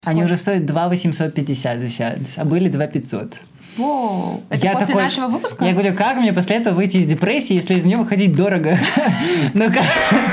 Они уже стоят 2 850 за сеанс, а были 2 500. Воу, это я после нашего выпуска? Я говорю, как мне после этого выйти из депрессии, если из нее выходить дорого? Ну как?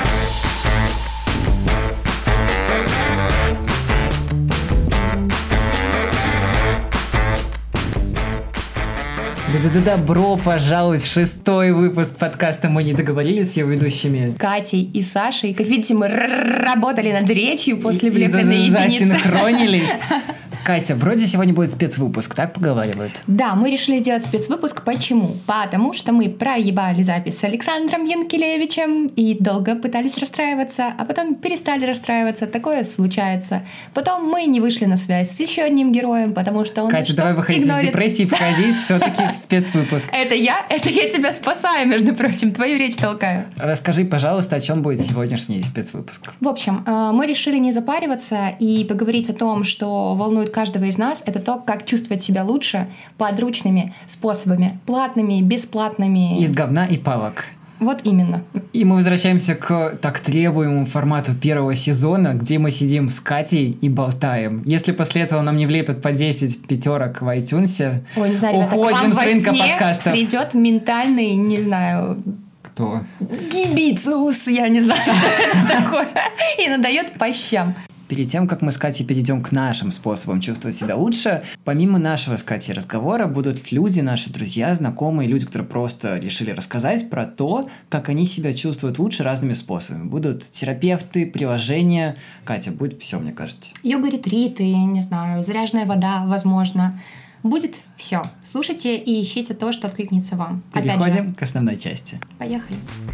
Добро пожаловать в 6-й выпуск подкаста «Мы не договорились» с его ведущими Катей и Сашей. Как видите, мы работали над речью после влепленной единицы. Засинхронились. Катя, вроде сегодня будет спецвыпуск, так поговаривают? Да, мы решили сделать спецвыпуск. Почему? Потому что мы проебали запись с Александром Янкелевичем и долго пытались расстраиваться, а потом перестали расстраиваться. Такое случается. Потом мы не вышли на связь с еще одним героем, потому что он Катя, давай выходить из депрессии и входить все-таки в спецвыпуск. Это я тебя спасаю, между прочим, твою речь толкаю. Расскажи, пожалуйста, о чем будет сегодняшний спецвыпуск. В общем, мы решили не запариваться и поговорить о том, что волнует каждого из нас, это то, как чувствовать себя лучше подручными способами, платными, бесплатными. Из говна и палок. Вот именно. И мы возвращаемся к так требуемому формату первого сезона, где мы сидим с Катей и болтаем. Если после этого нам не влепят по 10 пятерок в iTunes, ой, не знаю, ребята, уходим с рынка подкастов. К вам во сне придет ментальный, не знаю... Кто? Гибицус, я не знаю, что это такое. И надает по щам. Перед тем, как мы с Катей перейдем к нашим способам чувствовать себя лучше, помимо нашего с Катей разговора будут люди, наши друзья, знакомые, люди, которые просто решили рассказать про то, как они себя чувствуют лучше разными способами. Будут терапевты, приложения. Катя, будет все, мне кажется. Йога-ретриты, не знаю, заряженная вода, возможно. Будет все. Слушайте и ищите то, что откликнется вам. Переходим к основной части. Поехали.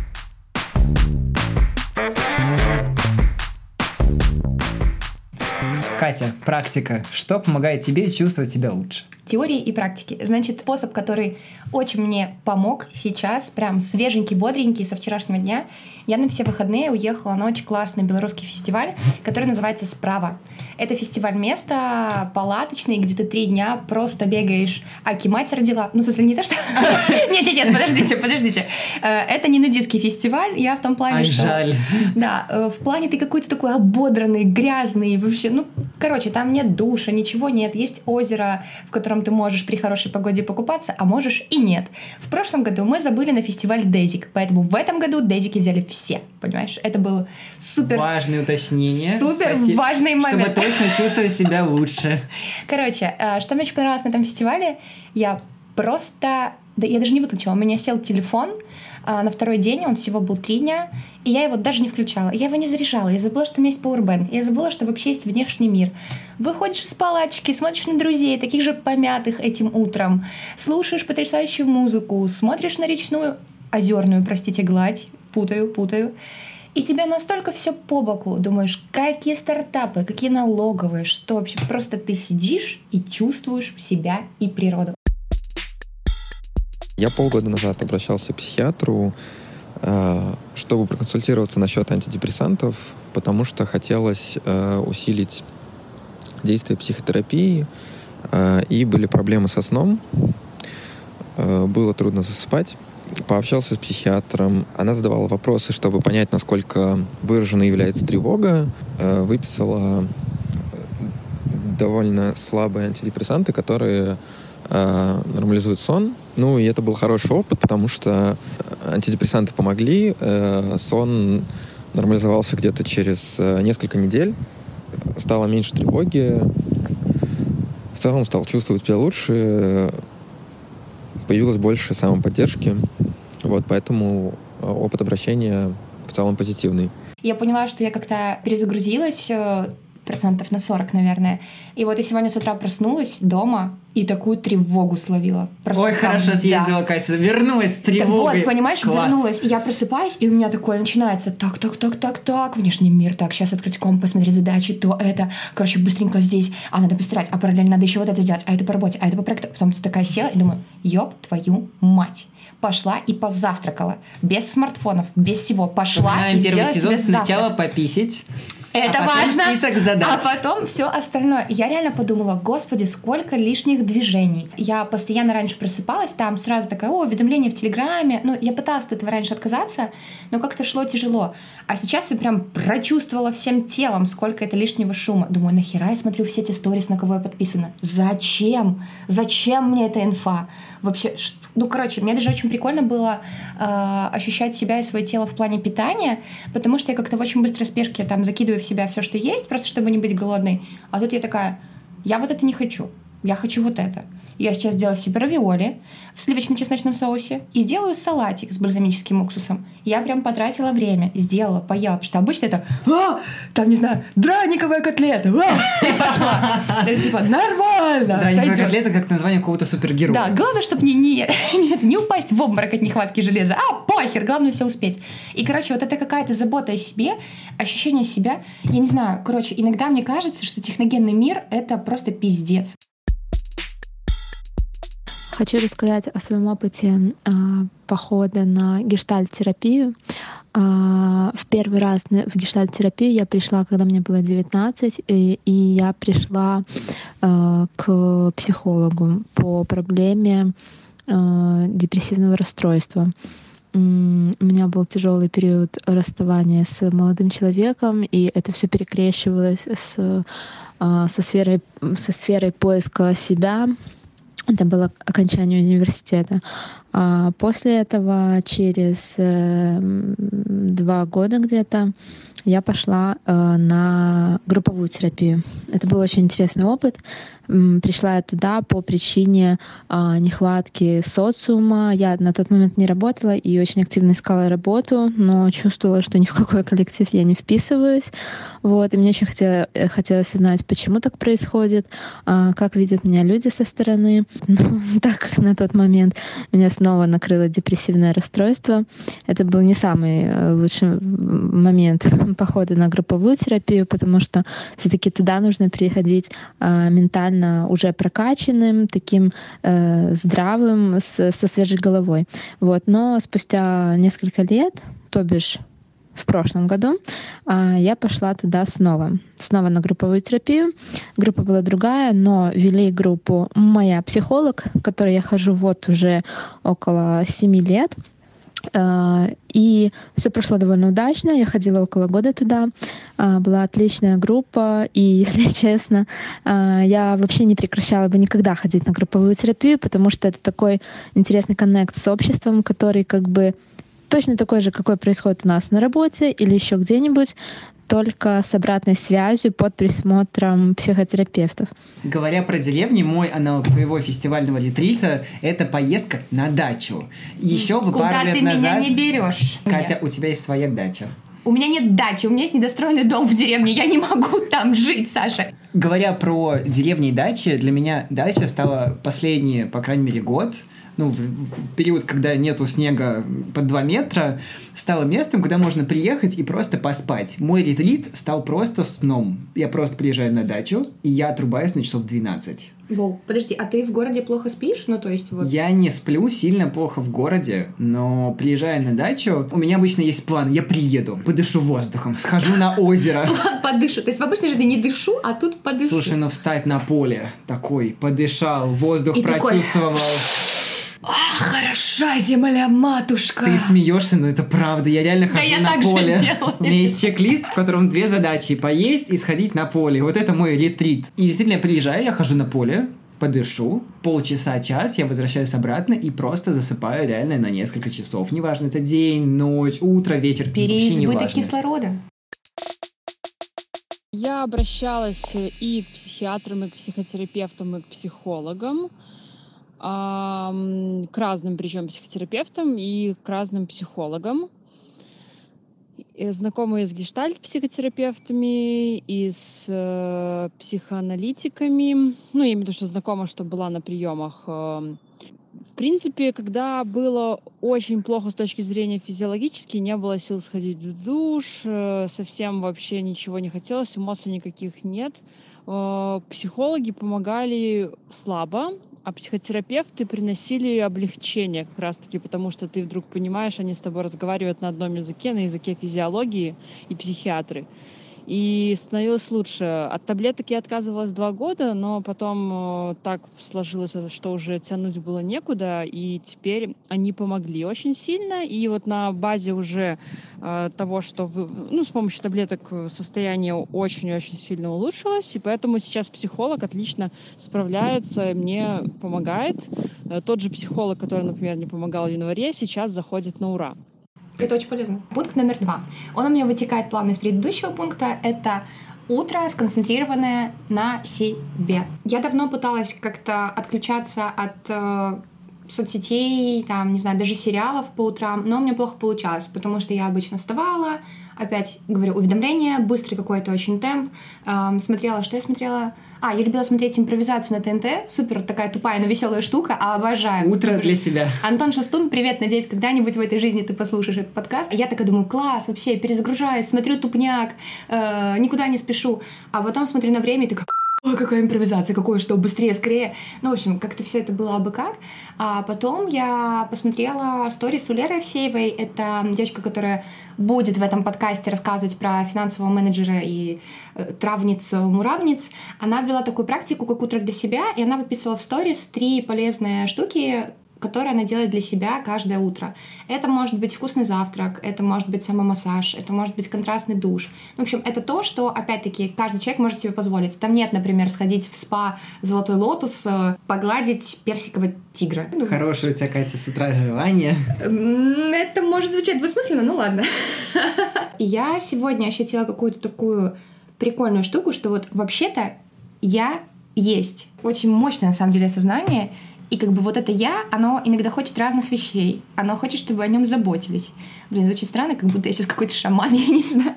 Катя, практика. Что помогает тебе чувствовать себя лучше? Теории и практики. Значит, способ, который очень мне помог сейчас, прям свеженький, бодренький, со вчерашнего дня. Я на все выходные уехала на очень классный белорусский фестиваль, который называется «Справа». Это фестиваль-место палаточный, где ты 3 дня просто бегаешь. Аки мать родила. Ну, в смысле, не то, что... Нет, подождите. Это не нудистский фестиваль. Я в том плане, что... жаль. Да, в плане ты какой-то такой ободранный, грязный. Вообще, короче, там нет душа, ничего нет. Есть озеро, в котором ты можешь при хорошей погоде покупаться, а можешь и нет. В прошлом году мы забыли на фестиваль Дезик, поэтому в этом году Дезики взяли все, понимаешь? Это было супер... Важное уточнение. Супер важный момент. Чтобы точно чувствовать себя лучше. Короче, что мне очень понравилось на этом фестивале, я просто... Да, я даже не выключила. У меня сел телефон на второй день, он всего был 3 дня, и я его даже не включала. Я его не заряжала. Я забыла, что у меня есть пауэрбэнк. Я забыла, что вообще есть внешний мир. Выходишь из палаточки, смотришь на друзей, таких же помятых этим утром, слушаешь потрясающую музыку, смотришь на речную, озерную, простите, гладь, путаю. И тебе настолько все по боку. Думаешь, какие стартапы, какие налоговые, что вообще. Просто ты сидишь и чувствуешь себя и природу. Я полгода назад обращался к психиатру, чтобы проконсультироваться насчет антидепрессантов, потому что хотелось усилить действие психотерапии, и были проблемы со сном, было трудно засыпать. Пообщался с психиатром, она задавала вопросы, чтобы понять, насколько выражена является тревога, выписала довольно слабые антидепрессанты, которые нормализуют сон. И это был хороший опыт, потому что антидепрессанты помогли, сон нормализовался где-то через несколько недель, стало меньше тревоги, в целом стал чувствовать себя лучше, появилось больше самоподдержки. Поэтому опыт обращения в целом позитивный. Я поняла, что я как-то перезагрузилась, 40%, наверное. И я сегодня с утра проснулась дома и такую тревогу словила. Просто ой, хорошо съездила, Катя, вернулась с тревогой. Понимаешь, класс. Вернулась. И я просыпаюсь, и у меня такое начинается так, внешний мир, так, сейчас открыть комп, посмотреть задачи, то это. Короче, быстренько здесь, надо постирать, а параллельно надо еще это сделать, а это по работе, а это по проекту. Потом ты такая села и думаю, ёб твою мать. Пошла и позавтракала. Без смартфонов, без всего. Пошла и сделала себе завтрак. Сначала пописить. Это потом важно. список задач. А потом все остальное. Я реально подумала, господи, сколько лишних движений. Я постоянно раньше просыпалась, там сразу такая, уведомления в Телеграме. Ну, я пыталась от этого раньше отказаться, но как-то шло тяжело. А сейчас я прям прочувствовала всем телом, сколько это лишнего шума. Думаю, нахера я смотрю все эти сторис, на кого я подписана? Зачем? Зачем мне эта инфа? Вообще, ну, короче, мне даже очень прикольно было ощущать себя и свое тело в плане питания, потому что я как-то в очень быстрой спешке там закидываю в себя все, что есть, просто чтобы не быть голодной. А тут я такая, я вот это не хочу, я хочу вот это. Я сейчас сделаю себе равиоли в сливочно-чесночном соусе и сделаю салатик с бальзамическим уксусом. Я прям потратила время, сделала, поела, потому что обычно это там, не знаю, драниковая котлета, и пошла. Это типа нормально, Драниковая сойдёт. котлета как название какого-то супергероя. Да, главное, чтобы не упасть в обморок от нехватки железа. Похер, главное все успеть. И, короче, вот это какая-то забота о себе, ощущение себя. Я не знаю, короче, иногда мне кажется, что техногенный мир — это просто пиздец. Хочу рассказать о своем опыте похода на гештальт-терапию. В первый раз в гештальт-терапию я пришла, когда мне было 19, и я пришла к психологу по проблеме депрессивного расстройства. У меня был тяжелый период расставания с молодым человеком, и это все перекрещивалось со сферой поиска себя. Это было окончание университета. А после этого, через 2 года где-то, я пошла на групповую терапию. Это был очень интересный опыт. Пришла я туда по причине нехватки социума. Я на тот момент не работала и очень активно искала работу, но чувствовала, что ни в какой коллектив я не вписываюсь. Вот. И мне очень хотелось узнать, почему так происходит, как видят меня люди со стороны. Ну, так как на тот момент меня снова накрыло депрессивное расстройство. Это был не самый лучший момент похода на групповую терапию, потому что все-таки туда нужно приходить ментально уже прокачанным, таким здравым, со свежей головой. Вот. Но спустя несколько лет, то бишь в прошлом году, я пошла туда снова на групповую терапию. Группа была другая, но вели группу моя психолог, к которой я хожу вот уже около 7 лет. И все прошло довольно удачно. Я ходила около года туда. Была отличная группа. И, если честно, я вообще не прекращала бы никогда ходить на групповую терапию, потому что это такой интересный коннект с обществом, который как бы точно такой же, какой происходит у нас на работе или еще где-нибудь, только с обратной связью под присмотром психотерапевтов. Говоря про деревни, мой аналог твоего фестивального ретрита — это поездка на дачу. Еще бы Куда пару лет ты назад... меня не берешь? Катя, у тебя есть своя дача. У меня нет дачи, у меня есть недостроенный дом в деревне. Я не могу там жить, Саша. Говоря про деревни и дачи, для меня дача стала последний, по крайней мере, год, в период, когда нету снега под 2 метра, стало местом, куда можно приехать и просто поспать. Мой ретрит стал просто сном. Я просто приезжаю на дачу, и я отрубаюсь на часов 12. Воу, подожди, а ты в городе плохо спишь? Ну, то есть вот... Я не сплю сильно плохо в городе, но приезжая на дачу, у меня обычно есть план. Я приеду, подышу воздухом, схожу на озеро. План подышу. То есть в обычной жизни не дышу, а тут подышу. Слушай, встать на поле такой, подышал, воздух и прочувствовал. Хороша земля, матушка! Ты смеешься, но это правда. Я реально хожу я на так же поле. делаю. У меня есть чек-лист, в котором 2 задачи: поесть и сходить на поле. Вот это мой ретрит. И действительно, я приезжаю, я хожу на поле, подышу, полчаса-час, я возвращаюсь обратно и просто засыпаю реально на несколько часов. Неважно, это день, ночь, утро, вечер. Переизбыток кислорода. Я обращалась и к психиатрам, и к психотерапевтам, и к психологам. К разным, причем психотерапевтам и к разным психологам. Знакомые с гештальт-психотерапевтами и с психоаналитиками. Ну, я имею в виду, что знакома, что была на приемах. В принципе, когда было очень плохо с точки зрения физиологически, не было сил сходить в душ, совсем вообще ничего не хотелось, эмоций никаких нет. Психологи помогали слабо, а психотерапевты приносили облегчение как раз-таки, потому что ты вдруг понимаешь, они с тобой разговаривают на одном языке, на языке физиологии, и психиатры. и становилось лучше. От таблеток я отказывалась 2 года, но потом так сложилось, что уже тянуть было некуда, и теперь они помогли очень сильно. И вот на базе уже того, что с помощью таблеток состояние очень-очень сильно улучшилось, и поэтому сейчас психолог отлично справляется, мне помогает. Тот же психолог, который, например, не помогал в январе, сейчас заходит на ура. Это очень полезно. Пункт номер 2. Он у меня вытекает плавно из предыдущего пункта. Это утро, сконцентрированное на себе. Я давно пыталась как-то отключаться от соцсетей, там, не знаю, даже сериалов по утрам, но у меня плохо получалось, потому что я обычно вставала, опять, говорю, уведомления, быстрый какой-то очень темп, смотрела, что я смотрела? Я любила смотреть импровизацию на ТНТ, супер такая тупая, но веселая штука, обожаю. Утро для себя. Антон Шастун, привет, надеюсь, когда-нибудь в этой жизни ты послушаешь этот подкаст. Я такая думаю, класс, вообще, перезагружаюсь, смотрю тупняк, никуда не спешу, а потом смотрю на время и такая... Ой, какая импровизация, какое что, быстрее, скорее. В общем, как-то все это было абы как. А потом я посмотрела сторис у Леры Евсеевой. Это девочка, которая будет в этом подкасте рассказывать про финансового менеджера и травниц-муравниц. Она ввела такую практику, как утро для себя, и она выписывала в сторис 3 полезные штуки, которые она делает для себя каждое утро. Это может быть вкусный завтрак, это может быть самомассаж, это может быть контрастный душ. В общем, это то, что, опять-таки, каждый человек может себе позволить. Там нет, например, сходить в спа «Золотой лотос», погладить персикового тигра. Хорошее у тебя, Катя, с утра желание. Это может звучать двусмысленно, ну ладно. Я сегодня ощутила какую-то такую прикольную штуку, что вот вообще-то я есть. Очень мощное, на самом деле, осознание. И как бы вот это «я», оно иногда хочет разных вещей. Оно хочет, чтобы о нем заботились. Звучит странно, как будто я сейчас какой-то шаман, я не знаю.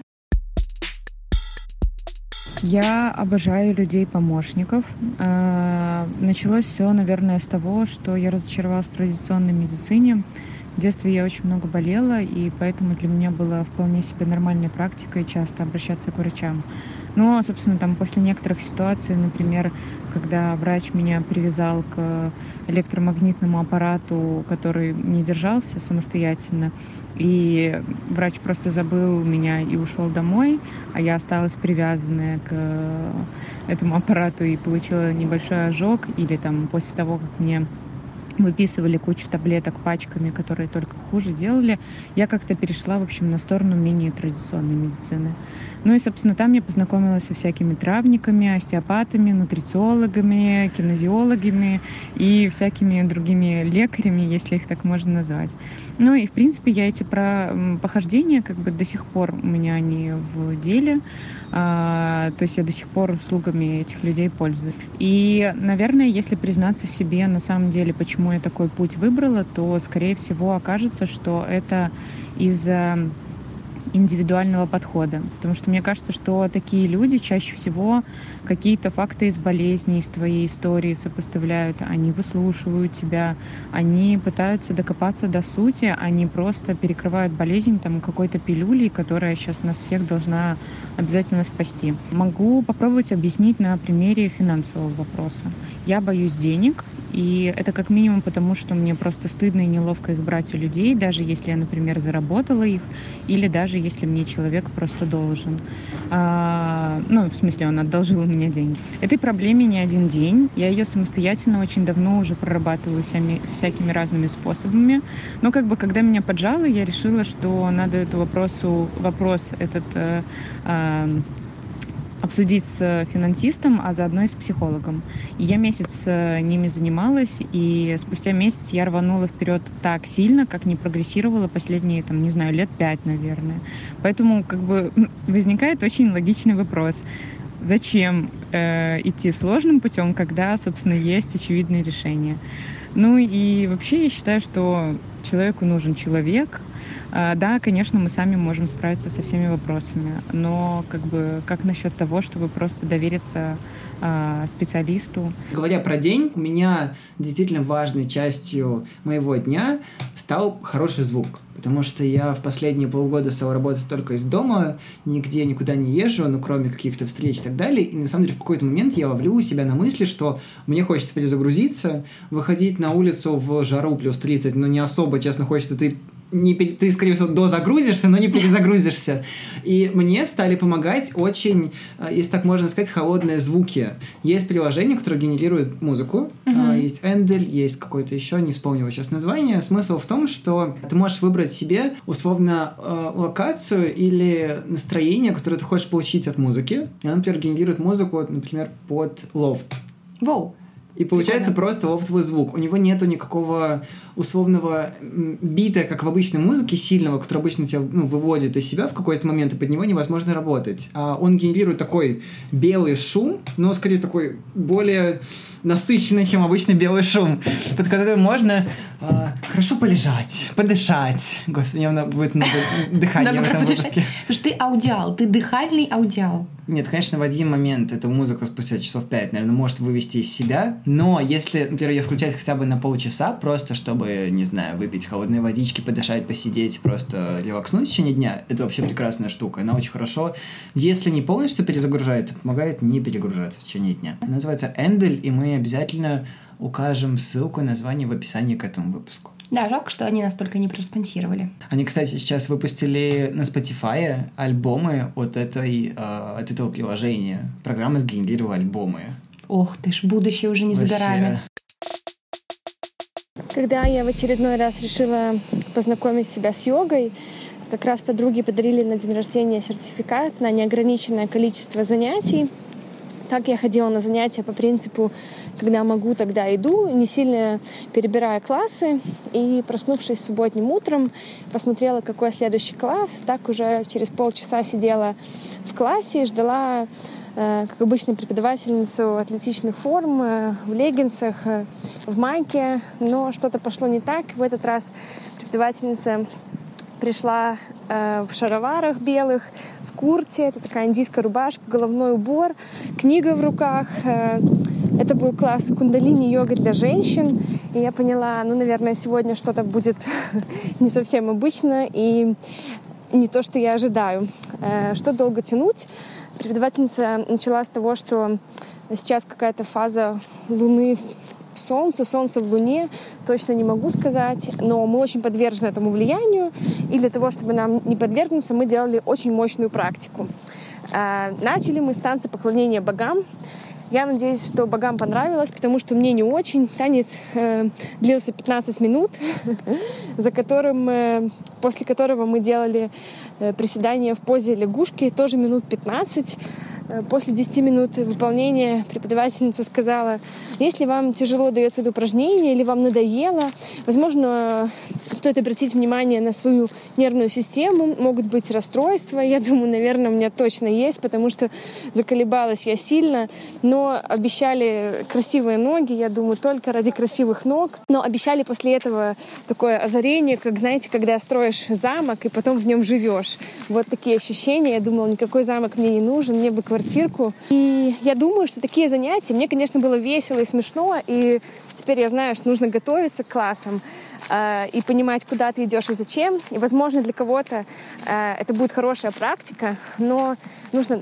Я обожаю людей-помощников. Началось все, наверное, с того, что я разочаровалась в традиционной медицине. В детстве я очень много болела, и поэтому для меня было вполне себе нормальной практикой часто обращаться к врачам. Но, собственно, там после некоторых ситуаций, например, когда врач меня привязал к электромагнитному аппарату, который не держался самостоятельно, и врач просто забыл меня и ушел домой, а я осталась привязанная к этому аппарату и получила небольшой ожог, или там после того, как мне выписывали кучу таблеток пачками, которые только хуже делали, я как-то перешла, в общем, на сторону менее традиционной медицины. Ну и, собственно, там я познакомилась со всякими травниками, остеопатами, нутрициологами, кинезиологами и всякими другими лекарями, если их так можно назвать. Ну и, в принципе, я эти похождения, как бы до сих пор у меня они в деле, то есть я до сих пор услугами этих людей пользуюсь. И, наверное, если признаться себе на самом деле, почему я такой путь выбрала, то, скорее всего, окажется, что это из-за индивидуального подхода. Потому что мне кажется, что такие люди чаще всего какие-то факты из болезни, из твоей истории сопоставляют. Они выслушивают тебя, они пытаются докопаться до сути, они просто перекрывают болезнь там какой-то пилюлей, которая сейчас нас всех должна обязательно спасти. Могу попробовать объяснить на примере финансового вопроса. Я боюсь денег, и это как минимум потому, что мне просто стыдно и неловко их брать у людей, даже если я, например, заработала их, или даже если мне человек просто должен. В смысле, он одолжил у меня деньги. Этой проблеме не один день. Я ее самостоятельно очень давно уже прорабатываю всякими разными способами. Но как бы, когда меня поджало, я решила, что надо этот вопрос обсудить с финансистом, а заодно и с психологом. И я месяц ними занималась, и спустя месяц я рванула вперед так сильно, как не прогрессировала последние, лет 5, наверное. Поэтому как бы возникает очень логичный вопрос. Зачем идти сложным путем, когда, собственно, есть очевидные решения? Ну и вообще я считаю, что человеку нужен человек. Да, конечно, мы сами можем справиться со всеми вопросами, но как насчет того, чтобы просто довериться специалисту? Говоря про день, у меня действительно важной частью моего дня стал хороший звук. Потому что я в последние полгода стал работать только из дома, нигде никуда не езжу, кроме каких-то встреч и так далее. И на самом деле в какой-то момент я ловлю себя на мысли, что мне хочется перезагрузиться, выходить на улицу в жару плюс 30, но не особо, честно, хочется. Ты ты, скорее всего, дозагрузишься, но не перезагрузишься. И мне стали помогать очень, если так можно сказать, холодные звуки. Есть приложение, которое генерирует музыку. Есть Endelь, есть какое-то еще, не вспомню его сейчас название. Смысл в том, что ты можешь выбрать себе условно локацию или настроение, которое ты хочешь получить от музыки. И она, например, генерирует музыку, например, под лофт. Воу. И получается просто лофтовый звук. У него нету никакого условного бита, как в обычной музыке, сильного, который обычно тебя выводит из себя в какой-то момент, и под него невозможно работать. А он генерирует такой белый шум, но скорее такой более насыщенный, чем обычный белый шум, под которым можно хорошо полежать, подышать. Господи, у меня будет много дыхания в этом выпуске. Слушай, ты аудиал, ты дыхательный аудиал. Нет, конечно, в один момент эта музыка спустя часов 5, наверное, может вывести из себя, но если, например, ее включать хотя бы на полчаса, просто чтобы, не знаю, выпить холодной водички, подышать, посидеть, просто релакснуть в течение дня, это вообще прекрасная штука. Она очень хорошо, если не полностью перезагружает, помогает не перегружаться в течение дня. Она называется Endelь, и мы обязательно укажем ссылку и название в описании к этому выпуску. Да, жалко, что они нас только не проспонсировали. Они, кстати, сейчас выпустили на Spotify альбомы от этого приложения. Программа сгенерировала альбомы. Ох ты ж, будущее уже не за горами. Когда я в очередной раз решила познакомить себя с йогой, как раз подруги подарили на день рождения сертификат на неограниченное количество занятий. Так я ходила на занятия по принципу «когда могу, тогда иду», не сильно перебирая классы. И, проснувшись субботним утром, посмотрела, какой следующий класс. Так уже через полчаса сидела в классе и ждала, как обычно, преподавательницу атлетичных форм, в леггинсах, в майке. Но что-то пошло не так. В этот раз преподавательница пришла в шароварах белых, в курте, это такая индийская рубашка, головной убор, книга в руках. Это был класс кундалини-йога для женщин. И я поняла, наверное, сегодня что-то будет не совсем обычно и не то, что я ожидаю. Что долго тянуть? Преподавательница начала с того, что сейчас какая-то фаза Луны в Солнце, Солнце в Луне, точно не могу сказать, но мы очень подвержены этому влиянию, и для того, чтобы нам не подвергнуться, мы делали очень мощную практику. Начали мы с танца поклонения богам. Я надеюсь, что богам понравилось, потому что мне не очень. Танец длился 15 минут, после которого мы делали приседания в позе лягушки, тоже минут 15. После 10 минут выполнения преподавательница сказала: если вам тяжело дается это упражнение или вам надоело, возможно, стоит обратить внимание на свою нервную систему, могут быть расстройства. Я думаю, наверное, у меня точно есть, потому что заколебалась я сильно, но обещали красивые ноги, я думаю, только ради красивых ног. Но обещали после этого такое озарение, как, знаете, когда строишь замок и потом в нем живешь. Вот такие ощущения. Я думала, никакой замок мне не нужен, мне бы квартирку. И я думаю, что такие занятия, мне, конечно, было весело и смешно, и теперь я знаю, что нужно готовиться к классам и понимать, куда ты идешь и зачем. И, возможно, для кого-то это будет хорошая практика, но нужно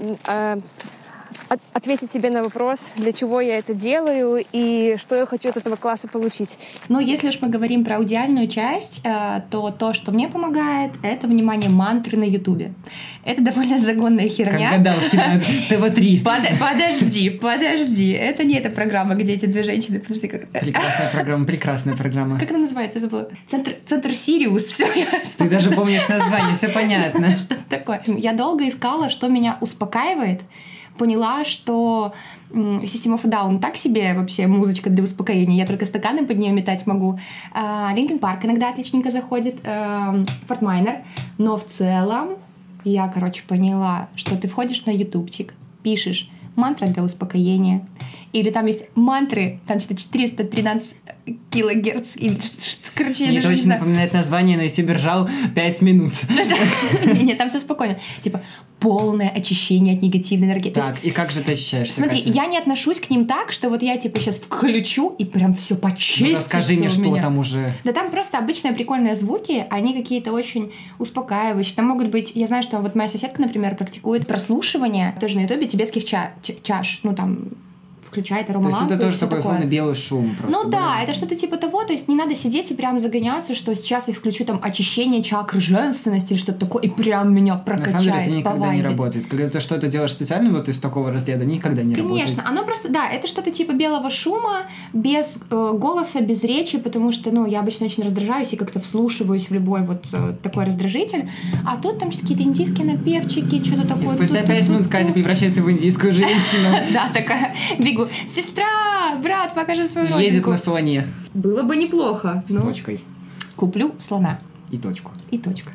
ответить себе на вопрос, для чего я это делаю и что я хочу от этого класса получить. Но если уж мы говорим про аудиальную часть, то, что мне помогает, это внимание мантры на Ютубе. Это довольно загонная херня. Как гадалки на ТВ-3. Подожди. Это не эта программа, где эти две женщины... Подожди, как... Прекрасная программа. Как она называется? Я забыла. Центр Сириус. Все, Ты даже помнишь название, все понятно. Что такое? Я долго искала, что меня успокаивает. Поняла, что System of a Down так себе вообще музычка для успокоения. Я только стаканы под нее метать могу. Linkin Park иногда отличненько заходит. Fort Minor. Но в целом я, поняла, что ты входишь на ютубчик, пишешь мантра для успокоения. Или там есть мантры, там что-то 413 килогерц. Или мне точно напоминает название, на ютубе ржал 5 минут. Нет, там все спокойно. Типа полное очищение от негативной энергии. Так, и как же ты очищаешься, Смотри, Катя? я не отношусь к ним так, что вот я сейчас включу и прям все почистится. Расскажи мне, что там уже. Да там просто обычные прикольные звуки, они какие-то очень успокаивающие. Там могут быть, я знаю, что вот моя соседка, например, практикует прослушивание тоже на ютубе тибетских чаш. включает То есть аромалампу. это и тоже всё такой такое. условно белый шум. Просто, Ну да, это что-то типа того, то есть не надо сидеть и прям загоняться, что сейчас я включу там очищение чакр женственности или что-то такое, и прям меня На прокачает самом деле это по никогда не вайбе. работает. Когда ты что-то делаешь специально вот из такого разряда, никогда не работает. Конечно, оно просто, да, это что-то типа белого шума, без голоса, без речи, потому что, ну, я обычно очень раздражаюсь и как-то вслушиваюсь в любой вот такой раздражитель, а тут там какие-то индийские напевчики, что-то такое. И спустя 5 минут Катя превращается в индийскую женщину. Да, такая, бегу, сестра, брат, покажи свою родинку. Едет на слоне. Было бы неплохо. С точкой. Куплю слона. И точку. И точка.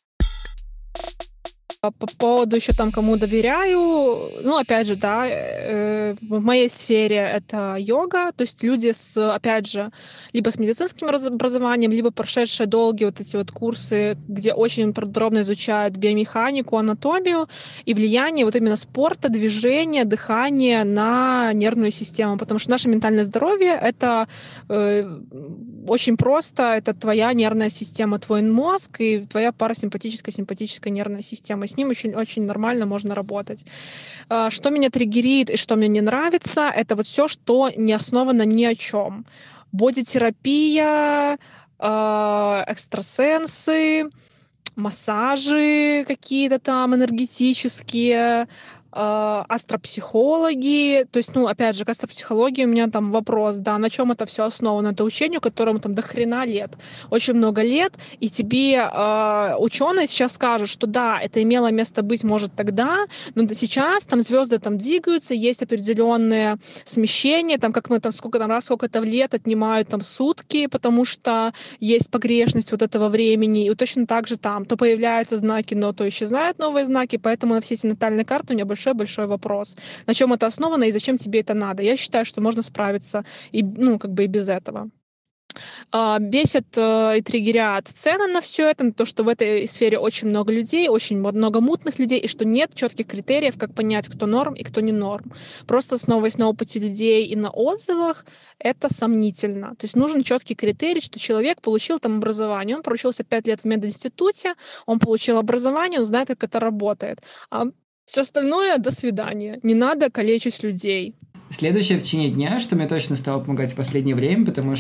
По поводу еще там, кому доверяю, ну, опять же, да, в моей сфере это йога, то есть люди с, опять же, либо с медицинским образованием, либо прошедшие долгие вот эти вот курсы, где очень подробно изучают биомеханику, анатомию и влияние вот именно спорта, движения, дыхания на нервную систему, потому что наше ментальное здоровье — это очень просто, это твоя нервная система, твой мозг и твоя парасимпатическая, симпатическая нервная система. С ним очень нормально можно работать. Что меня триггерит и что мне не нравится, это вот все, что не основано ни о чем. Бодитерапия, экстрасенсы, массажи какие-то там энергетические, астропсихологи, то есть, ну, опять же, к астропсихологии у меня там вопрос, да, на чем это все основано? Это учению, которому там до хрена лет, очень много лет, и тебе ученые сейчас скажут, что да, это имело место быть, может, тогда, но сейчас там звезды там двигаются, есть определенные смещения, там, как мы там сколько-то лет отнимают там сутки, потому что есть погрешность вот этого времени, и точно так же там то появляются знаки, но то исчезают новые знаки, поэтому на все эти натальные карты у меня большой вопрос. На чем это основано и зачем тебе это надо? Я считаю, что можно справиться и, ну, как бы и без этого. Бесит и триггерят цены на все это, на то, что в этой сфере очень много людей, очень много мутных людей, и что нет четких критериев, как понять, кто норм и кто не норм. Просто основываясь на опыте людей и на отзывах, это сомнительно. То есть нужен четкий критерий, что человек получил там образование, он проучился 5 лет в мединституте, он получил образование, он знает, как это работает. А все остальное — до свидания. Не надо калечить людей. Следующее в течение дня, что мне точно стало помогать в последнее время, потому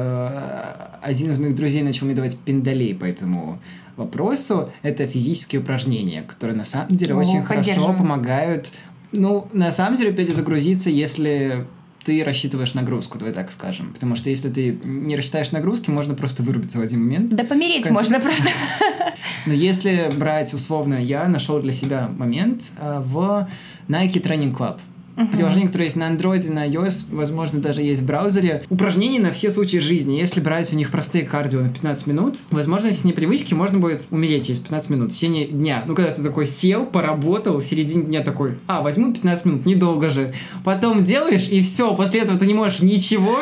что один из моих друзей начал мне давать пиндалей по этому вопросу, это физические упражнения, которые на самом деле очень хорошо помогают, ну, на самом деле, перезагрузиться, если ты рассчитываешь нагрузку, давай так скажем. Потому что если ты не рассчитаешь нагрузки, можно просто вырубиться в один момент. Да помереть можно просто. Но если брать условно, я нашел для себя момент в Nike Training Club. Приложение, которое есть на Android, на iOS, возможно, даже есть в браузере. Упражнения на все случаи жизни. Если брать у них простые кардио на 15 минут, возможно, с непривычки можно будет умереть через 15 минут в течение дня. Ну, когда ты такой сел, поработал, в середине дня такой, возьму 15 минут, недолго же. Потом делаешь, и все, после этого ты не можешь ничего.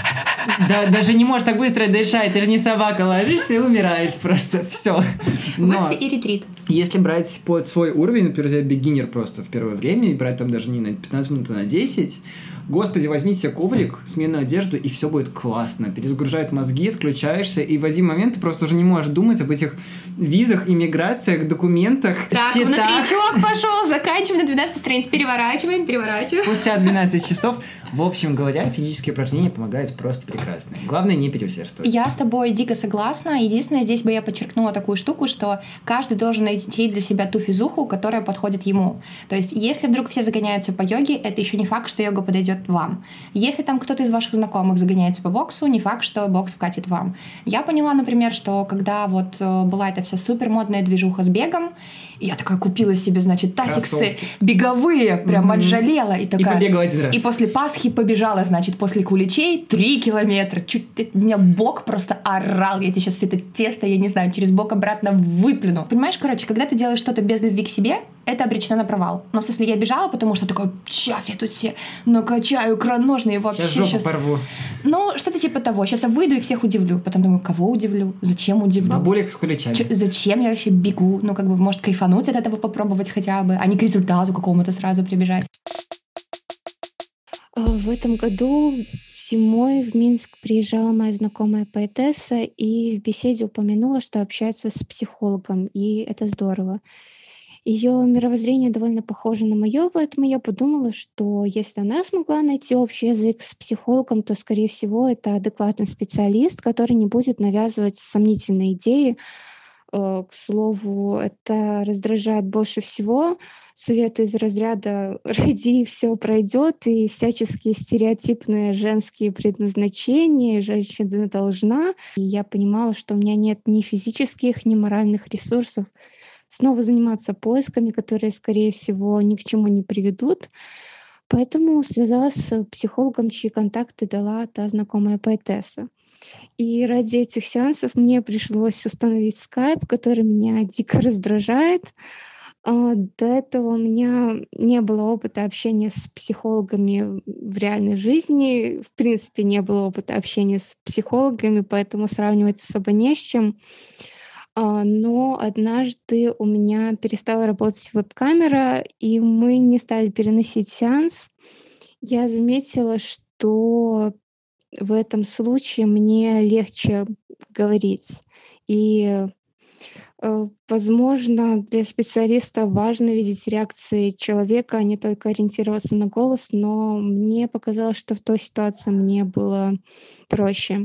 Да, даже не можешь так быстро дышать, ты же не собака, ложишься и умираешь просто, все. Вот и ретрит. Если брать под свой уровень, например, взять beginner просто в первое время, и брать там даже не на 15 минут, а на 10, господи, возьми себе коврик, сменную одежду, и все будет классно. Перезагружают мозги, отключаешься, и в один момент ты просто уже не можешь думать об этих визах, иммиграциях, документах, так, счетах. внутричок пошел, заканчиваем на 12 странице, переворачиваем. Спустя 12 часов. В общем говоря, физические упражнения помогают просто прекрасно. Главное, не переусердствовать. Я с тобой дико согласна. Единственное, здесь бы я подчеркнула такую штуку, что каждый должен найти для себя ту физуху, которая подходит ему. То есть, если вдруг все загоняются по йоге, это еще не факт, что йога подойдет вам. Если там кто-то из ваших знакомых загоняется по боксу, не факт, что бокс вкатит вам. Я поняла, например, что когда вот была эта вся супер модная движуха с бегом, я такая купила себе, значит, тасиксы беговые, прям отжалела. И такая... И побегала один раз. И после Пасхи побежала, значит, после Куличей 3 километра. У меня бок просто орал. Я тебе сейчас все это тесто, я не знаю, через бок обратно выплюну. Понимаешь, короче, когда ты делаешь что-то без любви к себе, это обречено на провал. Но если я бежала, потому что такая, сейчас я тут все накачаю икроножные вообще. Сейчас жопу порву. Ну, что-то типа того. Сейчас я выйду и всех удивлю. Потом думаю, кого удивлю? Зачем удивлю? Бабулек с куличами. Зачем я вообще бегу? Ну, как бы, может, кайфануть от этого, попробовать хотя бы, а не к результату какому-то сразу прибежать. В этом году зимой в Минск приезжала моя знакомая поэтесса и в беседе упомянула, что общается с психологом, и это здорово. Ее мировоззрение довольно похоже на мое, поэтому я подумала, что если она смогла найти общий язык с психологом, то, скорее всего, это адекватный специалист, который не будет навязывать сомнительные идеи. К слову, это раздражает больше всего. Советы из разряда «ради, и все пройдет», и всяческие стереотипные женские предназначения, женщина должна. И я понимала, что у меня нет ни физических, ни моральных ресурсов снова заниматься поисками, которые, скорее всего, ни к чему не приведут. Поэтому связалась с психологом, чьи контакты дала та знакомая поэтесса. И ради этих сеансов мне пришлось установить скайп, который меня дико раздражает. До этого у меня не было опыта общения с психологами в реальной жизни. В принципе, не было опыта общения с психологами, поэтому сравнивать особо не с чем. Но однажды у меня перестала работать веб-камера, и мы не стали переносить сеанс. Я заметила, что в этом случае мне легче говорить. И, возможно, для специалиста важно видеть реакции человека, а не только ориентироваться на голос, но мне показалось, что в той ситуации мне было проще.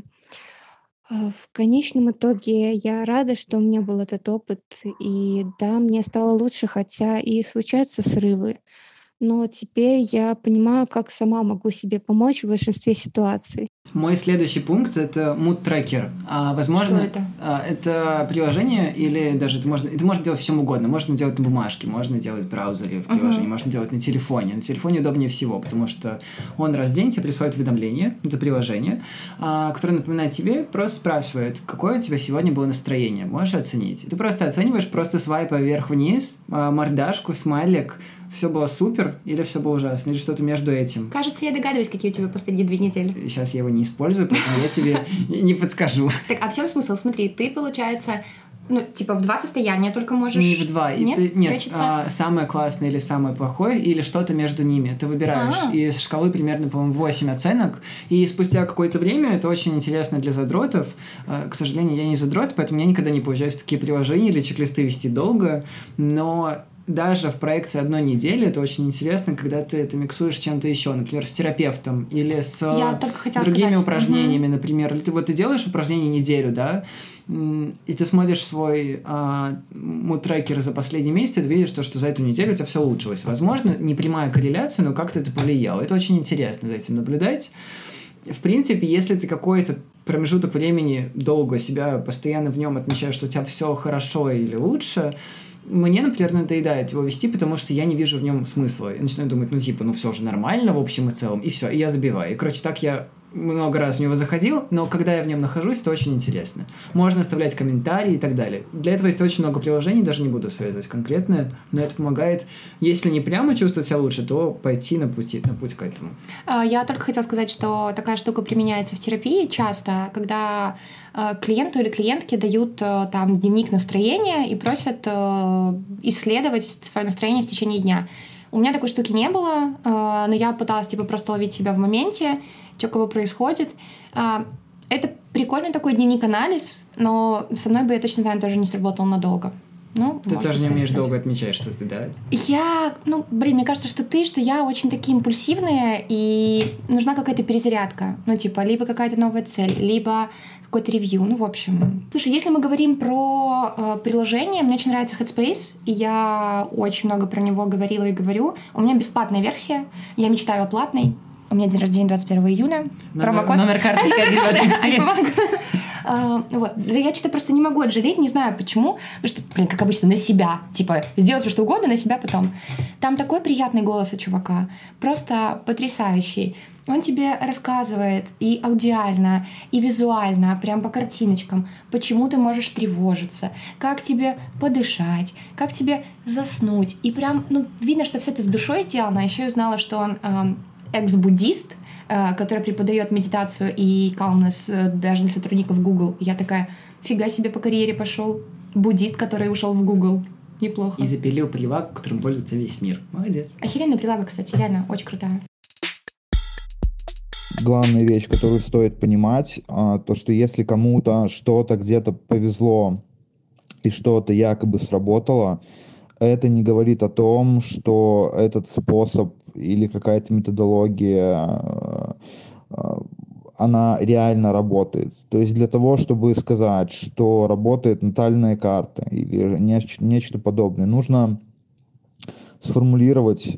В конечном итоге я рада, что у меня был этот опыт. И да, мне стало лучше, хотя и случаются срывы. Но теперь я понимаю, как сама могу себе помочь в большинстве ситуаций. Мой следующий пункт — это Mood Tracker. Возможно, Что это? Это приложение, или даже это можно делать в чем угодно. Можно делать на бумажке, можно делать в браузере, в приложении, можно делать на телефоне. На телефоне удобнее всего, потому что он раз в день тебе присылает уведомление, это приложение, которое напоминает тебе, просто спрашивает, какое у тебя сегодня было настроение, можешь оценить. И ты просто оцениваешь, просто свайпая вверх-вниз, мордашку, смайлик, все было супер, или все было ужасно, или что-то между этим. Кажется, я догадываюсь, какие у тебя последние 2 недели. Сейчас я его не использую, поэтому я тебе не подскажу. Так, а в чем смысл? Смотри, ты, получается, в 2 состояния только можешь... Не в 2. Нет, прячется? самое классное или самое плохое, или что-то между ними. Ты выбираешь из шкалы примерно, по-моему, 8 оценок, и спустя какое-то время, это очень интересно для задротов. К сожалению, я не задрот, поэтому у меня никогда не получается такие приложения или чек-листы вести долго, но... Даже в проекте 1 недели это очень интересно, когда ты это миксуешь с чем-то еще, например, с терапевтом или с другими упражнениями, например. Или ты делаешь упражнение неделю, да, и ты смотришь свой муд-трекер за последний месяц, и ты видишь, что за эту неделю у тебя все улучшилось. Возможно, не прямая корреляция, но как-то это повлияло. Это очень интересно за этим наблюдать. В принципе, если ты какой-то промежуток времени долго себя постоянно в нем отмечаешь, что у тебя все хорошо или лучше, мне, например, надоедает его вести, потому что я не вижу в нем смысла. Я начинаю думать, все же нормально в общем и целом, и все, и я забиваю. И, короче, так я много раз в него заходил, но когда я в нем нахожусь, это очень интересно. Можно оставлять комментарии и так далее. Для этого есть очень много приложений, даже не буду советовать конкретное, но это помогает, если не прямо чувствовать себя лучше, то пойти на путь к этому. Я только хотела сказать, что такая штука применяется в терапии часто, когда клиенту или клиентке дают там дневник настроения и просят исследовать свое настроение в течение дня. У меня такой штуки не было, но я пыталась просто ловить себя в моменте, что кого происходит. Это прикольный такой дневник-анализ, но со мной бы, я точно знаю, тоже не сработал надолго. Ты тоже не умеешь долго отмечать, что ты, да? Мне кажется, что я очень такие импульсивные, и нужна какая-то перезарядка. Либо какая-то новая цель, либо какой-то ревью, в общем. Слушай, если мы говорим про приложение, мне очень нравится Headspace, и я очень много про него говорила и говорю. У меня бесплатная версия, я мечтаю о платной. У меня день рождения 21 июля. Промокод. Номер карточки 1234. Я что-то просто не могу отжалеть, не знаю почему. Потому что, как обычно, на себя. Сделать все, что угодно, на себя потом. Там такой приятный голос у чувака. Просто потрясающий. Он тебе рассказывает и аудиально, и визуально, прям по картиночкам, почему ты можешь тревожиться, как тебе подышать, как тебе заснуть. И прям, видно, что все это с душой сделано. Еще я узнала, что он экс-буддист, который преподает медитацию и calmness даже для сотрудников Google. Я такая, фига себе, по карьере пошел. Буддист, который ушел в Google. Неплохо. И запилил прилагу, которым пользуется весь мир. Молодец. Охеренная прилага, кстати, реально очень крутая. Главная вещь, которую стоит понимать, то, что если кому-то что-то где-то повезло и что-то якобы сработало, это не говорит о том, что этот способ или какая-то методология, она реально работает. То есть для того, чтобы сказать, что работает натальная карта или нечто подобное, нужно сформулировать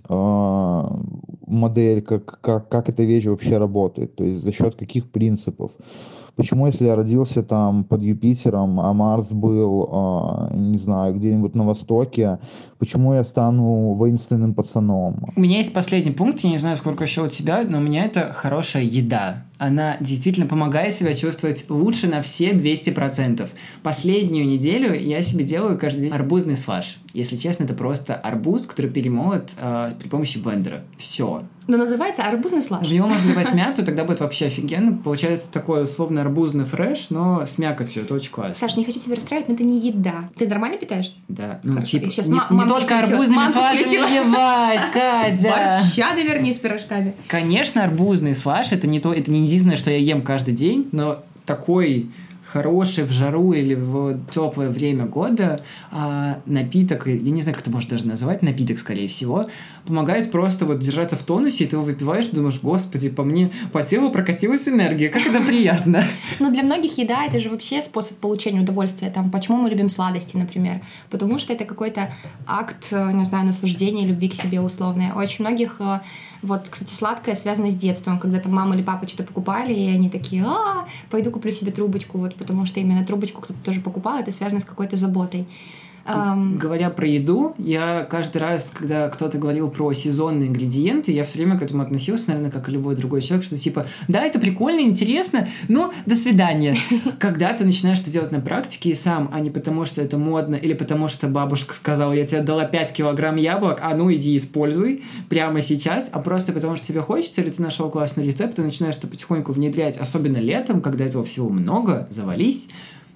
модель, как эта вещь вообще работает, то есть за счет каких принципов. Почему, если я родился там под Юпитером, а Марс был, не знаю, где-нибудь на Востоке, почему я стану воинственным пацаном? У меня есть последний пункт, я не знаю, сколько еще у тебя, но у меня это хорошая еда. Она действительно помогает себя чувствовать лучше на все 200%. Последнюю неделю я себе делаю каждый день арбузный слаш. Если честно, это просто арбуз, который перемолот при помощи блендера. Все. Но называется арбузный слаш. В него можно добавить мяту, тогда будет вообще офигенно. Получается такой условно арбузный фреш, но с мякотью. Это очень классно. Саш, не хочу тебя расстраивать, но это не еда. Ты нормально питаешься? Да. Хорошо. Типа, Сейчас не только арбузными слашами ебать, Катя. Борща наверни с пирожками. Конечно, арбузный слаш это не единственное, что я ем каждый день, но такой хороший в жару или в теплое время года напиток, я не знаю, как это можно даже назвать, напиток, скорее всего, помогает просто вот держаться в тонусе, и ты его выпиваешь, думаешь, господи, по телу прокатилась энергия, как это приятно. Ну, для многих еда — это же вообще способ получения удовольствия. Там, почему мы любим сладости, например? Потому что это какой-то акт, не знаю, наслаждения, любви к себе условной. У очень многих... Вот, кстати, сладкое связано с детством, когда там мама или папа что-то покупали, и они такие, пойду куплю себе трубочку, вот, потому что именно трубочку кто-то тоже покупал, это связано с какой-то заботой. Говоря про еду, я каждый раз, когда кто-то говорил про сезонные ингредиенты, я все время к этому относился, наверное, как и любой другой человек, что типа, да, это прикольно, интересно, но до свидания. Когда ты начинаешь это делать на практике и сам, а не потому, что это модно, или потому, что бабушка сказала, я тебе дала 5 килограмм яблок, а ну иди используй прямо сейчас, а просто потому, что тебе хочется, или ты нашел классный рецепт, ты начинаешь это потихоньку внедрять, особенно летом, когда этого всего много, завались.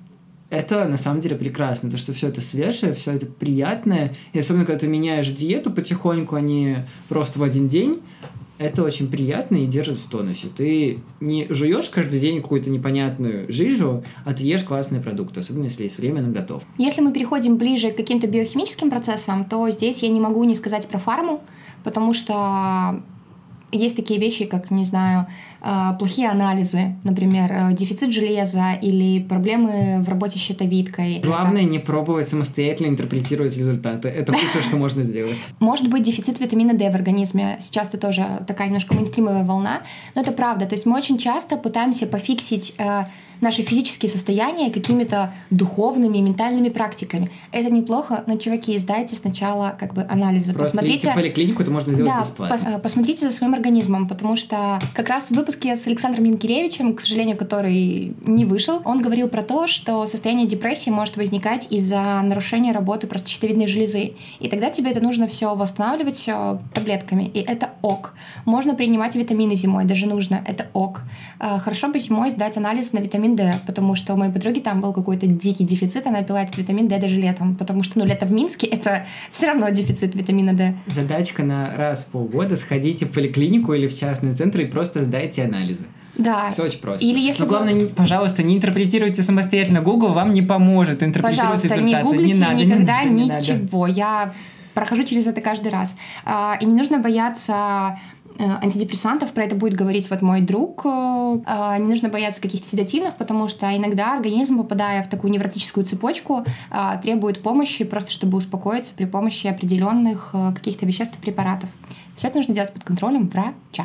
Это на самом деле прекрасно, то, что все это свежее, все это приятное, и особенно, когда ты меняешь диету потихоньку, а не просто в один день, это очень приятно и держит в тонусе. Ты не жуешь каждый день какую-то непонятную жижу, а ты ешь классные продукты, особенно если есть время на готов. Если мы переходим ближе к каким-то биохимическим процессам, то здесь я не могу не сказать про фарму, потому что есть такие вещи, как, не знаю, плохие анализы, например, дефицит железа или проблемы в работе с щитовидкой. Главное не пробовать самостоятельно интерпретировать результаты. Это худшее, что можно сделать. Может быть дефицит витамина D в организме. Сейчас это тоже такая немножко мейнстримовая волна, но это правда. То есть мы очень часто пытаемся пофиксить наши физические состояния какими-то духовными, ментальными практиками. Это неплохо, но, чуваки, сдайте сначала как бы анализы. Просто посмотрите в поликлинику, это можно сделать бесплатно. Посмотрите за своим организмом, потому что как раз в выпуске с Александром Янкелевичем, к сожалению, который не вышел, он говорил про то, что состояние депрессии может возникать из-за нарушения работы просто щитовидной железы. И тогда тебе это нужно все восстанавливать таблетками. И это ок. Можно принимать витамины зимой, даже нужно. Это ок. Хорошо бы зимой сдать анализ на витамин D, потому что у моей подруги там был какой-то дикий дефицит, она пила этот витамин D даже летом, потому что, лето в Минске — это все равно дефицит витамина D. Задачка на раз в полгода: сходите в поликлинику или в частный центр и просто сдайте анализы. Да. Все очень просто. Или если но главное, пожалуйста, не интерпретируйте самостоятельно. Google вам не поможет интерпретировать результаты. Пожалуйста, не гуглите никогда не ничего. Я прохожу через это каждый раз. И не нужно бояться антидепрессантов, про это будет говорить вот мой друг. Не нужно бояться каких-то седативных, потому что иногда организм, попадая в такую невротическую цепочку, требует помощи, просто чтобы успокоиться при помощи определенных каких-то веществ и препаратов. Все это нужно делать под контролем врача.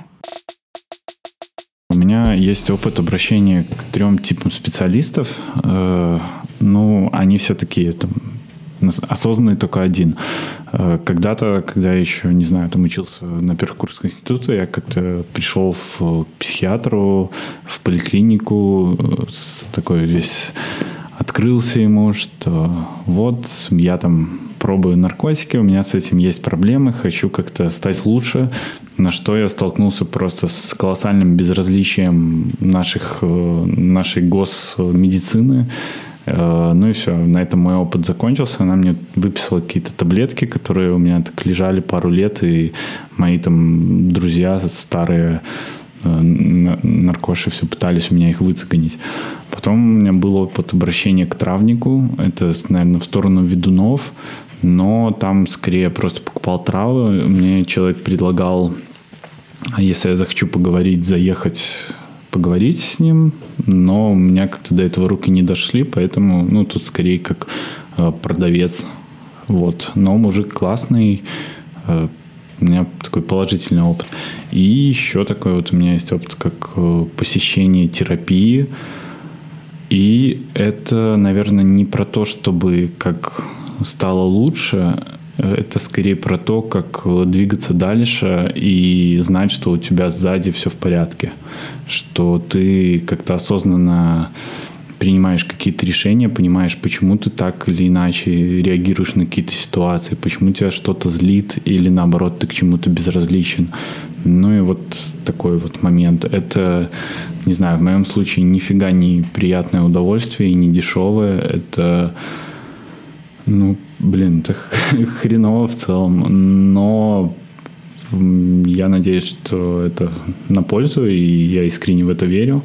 У меня есть опыт обращения к 3 типам специалистов. Они все такие, осознанный только один. Когда-то, когда я еще, не знаю, учился на первых курсах института, я как-то пришел к психиатру, в поликлинику, такой весь открылся ему, что вот я пробую наркотики, у меня с этим есть проблемы, хочу как-то стать лучше, на что я столкнулся просто с колоссальным безразличием нашей госмедицины. И все, на этом мой опыт закончился. Она мне выписала какие-то таблетки, которые у меня так лежали пару лет, и мои друзья старые наркоши все пытались у меня их выцегонить. Потом у меня был опыт обращения к травнику. Это, наверное, в сторону ведунов. но там скорее просто покупал травы. Мне человек предлагал, если я захочу заехать поговорить с ним, но у меня как-то до этого руки не дошли, поэтому, тут скорее как продавец. Вот. Но мужик классный, у меня такой положительный опыт. И еще такой вот у меня есть опыт, как посещение терапии. И это, наверное, не про то, чтобы как стало лучше, это скорее про то, как двигаться дальше и знать, что у тебя сзади все в порядке, что ты как-то осознанно принимаешь какие-то решения, понимаешь, почему ты так или иначе реагируешь на какие-то ситуации, почему тебя что-то злит или наоборот ты к чему-то безразличен. Ну и вот такой вот момент. Это, не знаю, в моем случае нифига не приятное удовольствие и не дешевое. Это, это хреново в целом. Но я надеюсь, что это на пользу, и я искренне в это верю.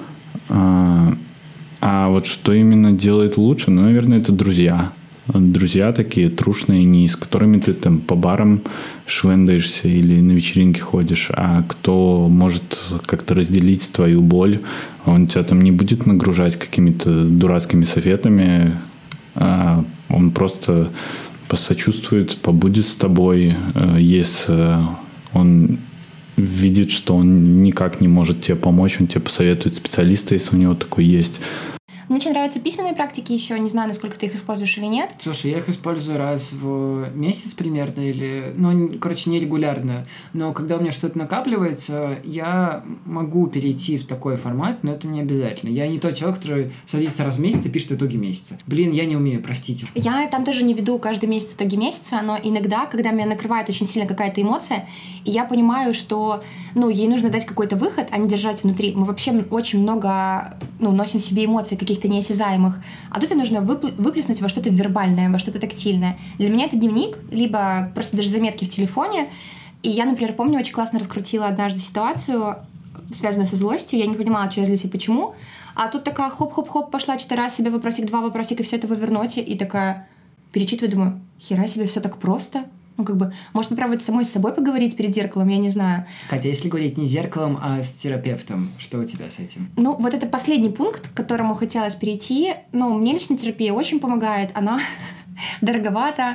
А вот что именно делает лучше? Наверное, это друзья. Друзья такие трушные, не с которыми ты там по барам швендаешься или на вечеринки ходишь, а кто может как-то разделить твою боль. Он тебя там не будет нагружать какими-то дурацкими советами, а он просто посочувствует, побудет с тобой, если он видит, что он никак не может тебе помочь, он тебе посоветует специалиста, если у него такой есть. Мне очень нравятся письменные практики еще, не знаю, насколько ты их используешь или нет. Слушай, я их использую раз в месяц примерно, или, нерегулярно. Но когда у меня что-то накапливается, я могу перейти в такой формат, но это не обязательно. Я не тот человек, который садится раз в месяц и пишет итоги месяца. Я не умею, простите. Я там тоже не веду каждый месяц итоги месяца, но иногда, когда меня накрывает очень сильно какая-то эмоция, и я понимаю, что, ей нужно дать какой-то выход, а не держать внутри. Мы вообще очень много, носим в себе эмоций каких-то неосязаемых, а тут и нужно выплеснуть во что-то вербальное, во что-то тактильное. Для меня это дневник, либо просто даже заметки в телефоне. И я, например, помню, очень классно раскрутила однажды ситуацию, связанную со злостью. Я не понимала, что я злюсь и почему. А тут такая хоп-хоп-хоп, пошла, читаю раз себе вопросик, два вопросика, и все это вывернуть. И такая перечитываю, думаю, хера себе, все так просто. Может попробовать самой с собой поговорить перед зеркалом, я не знаю. Катя, если говорить не зеркалом, а с терапевтом, что у тебя с этим? Вот это последний пункт, к которому хотелось перейти. Мне лично терапия очень помогает. Она дороговато.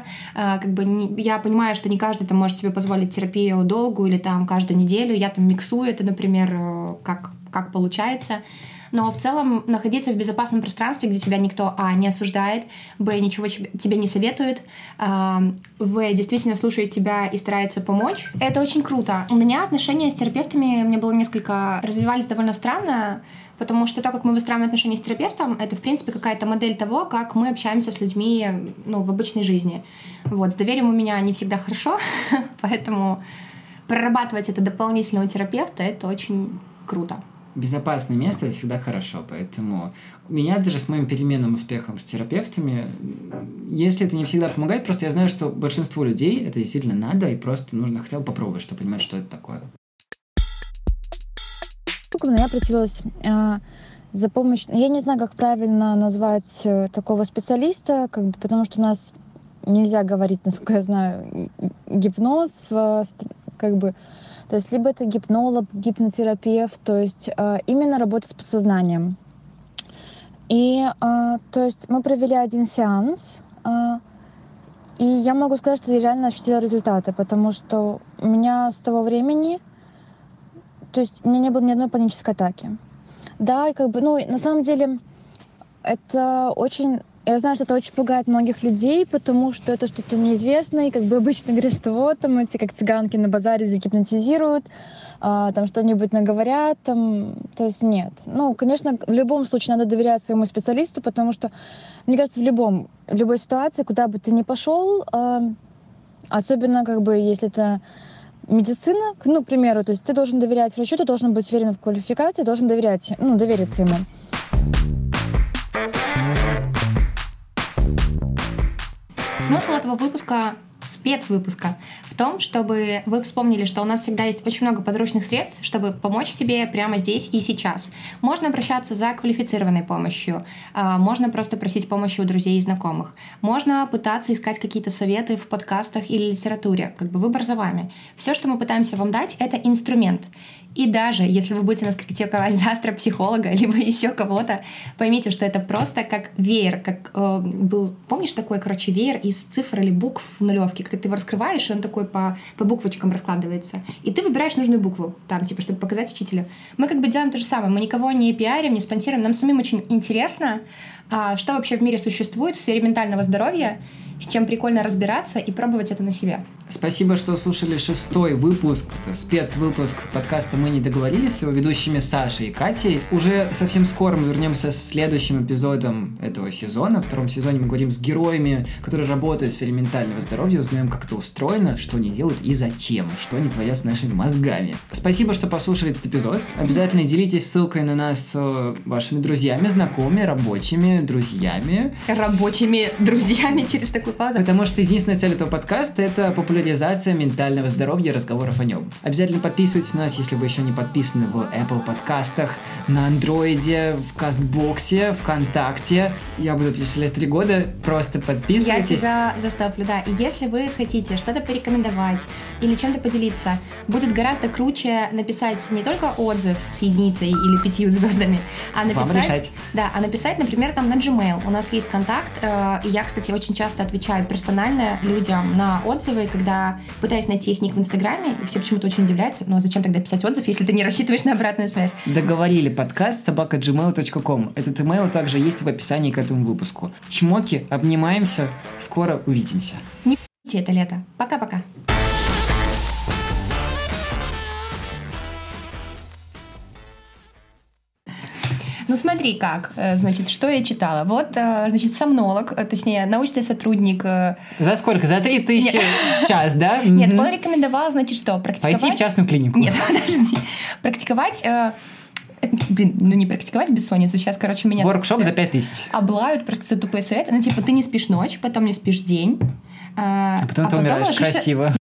Я понимаю, что не каждый может себе позволить терапию долгую или каждую неделю. Я миксую это, например, как получается. Но в целом находиться в безопасном пространстве, где тебя никто не осуждает, ничего тебе не советует, действительно слушает тебя и старается помочь, это очень круто. У меня отношения с терапевтами развивались довольно странно, потому что то, как мы выстраиваем отношения с терапевтом, это, в принципе, какая-то модель того, как мы общаемся с людьми в обычной жизни. С доверием у меня не всегда хорошо, поэтому прорабатывать это дополнительно у терапевта — это очень круто. Безопасное место — это всегда хорошо, поэтому у меня даже с моим переменным успехом с терапевтами, если это не всегда помогает, просто я знаю, что большинству людей это действительно надо, и просто нужно хотя бы попробовать, чтобы понимать, что это такое. Я обратилась за помощью. Я не знаю, как правильно назвать такого специалиста, потому что у нас нельзя говорить, насколько я знаю, гипноз, то есть либо это гипнолог, гипнотерапевт, то есть именно работа с подсознанием. И то есть мы провели один сеанс, и я могу сказать, что я реально ощутила результаты, потому что у меня с того времени, то есть у меня не было ни одной панической атаки. Да, и на самом деле это очень... Я знаю, что это очень пугает многих людей, потому что это что-то неизвестное. И обычно говорят, что эти как цыганки на базаре загипнотизируют, что-нибудь наговорят, то есть нет. Конечно, в любом случае надо доверять своему специалисту, потому что, мне кажется, в любой ситуации, куда бы ты ни пошел, особенно если это медицина, к примеру, то есть ты должен доверять врачу, ты должен быть уверен в квалификации, должен довериться ему. Смысл этого выпуска, спецвыпуска, в том, чтобы вы вспомнили, что у нас всегда есть очень много подручных средств, чтобы помочь себе прямо здесь и сейчас. Можно обращаться за квалифицированной помощью, можно просто просить помощи у друзей и знакомых, можно пытаться искать какие-то советы в подкастах или литературе. Как бы выбор за вами. Все, что мы пытаемся вам дать, это инструмент. И даже если вы будете нас критиковать за астропсихолога, либо еще кого-то, поймите, что это просто как веер, как был, помнишь, такой, веер из цифр или букв в нулевке, когда ты его раскрываешь, и он такой по буквочкам раскладывается. И ты выбираешь нужную букву, там, типа, чтобы показать учителю. Мы как бы делаем то же самое. Мы никого не пиарим, не спонсируем. Нам самим очень интересно, что вообще в мире существует в сфере ментального здоровья, с чем прикольно разбираться и пробовать это на себе. Спасибо, что слушали 6-й выпуск, это спецвыпуск подкаста «Мы не договорились» с его ведущими Сашей и Катей. Уже совсем скоро мы вернемся с следующим эпизодом этого сезона. В втором сезоне мы говорим с героями, которые работают в сфере ментального здоровья, узнаем, как это устроено, что они делают и зачем, что они творят с нашими мозгами. Спасибо, что послушали этот эпизод. Обязательно делитесь ссылкой на нас с вашими друзьями, знакомыми, рабочими, друзьями. Рабочими друзьями через такую паузу. Потому что единственная цель этого подкаста — это популяризация ментального здоровья и разговоров о нем. Обязательно подписывайтесь на нас, если вы еще не подписаны, в Apple подкастах, на Андроиде, в Кастбоксе, ВКонтакте. Я буду перечислять 3 года, просто подписывайтесь. Я тебя заставлю, да. И если вы хотите что-то порекомендовать или чем-то поделиться, будет гораздо круче написать не только отзыв с единицей или 5 звездами, а написать, написать, например, там на Gmail. У нас есть контакт, и я, кстати, очень часто отвечаю персонально людям на отзывы, когда пытаюсь найти их ник в Инстаграме, и все почему-то очень удивляются, но зачем тогда писать отзыв, если ты не рассчитываешь на обратную связь? Договорили, подкаст @gmail.com. Этот имейл также есть в описании к этому выпуску. Чмоки, обнимаемся, скоро увидимся. Не пи***те это лето. Пока-пока. Ну смотри как, значит, что я читала. Вот, значит, сомнолог, точнее, научный сотрудник... За сколько? За 3000 в час, да? Нет, он рекомендовал, значит, что? Практиковать... Пойти в частную клинику. Нет, подожди. Практиковать... не практиковать бессонницу. Сейчас, меня... Воркшоп за 5000. Облают просто за тупые советы. Ну, типа, ты не спишь ночь, потом не спишь день. А потом ты умираешь красиво.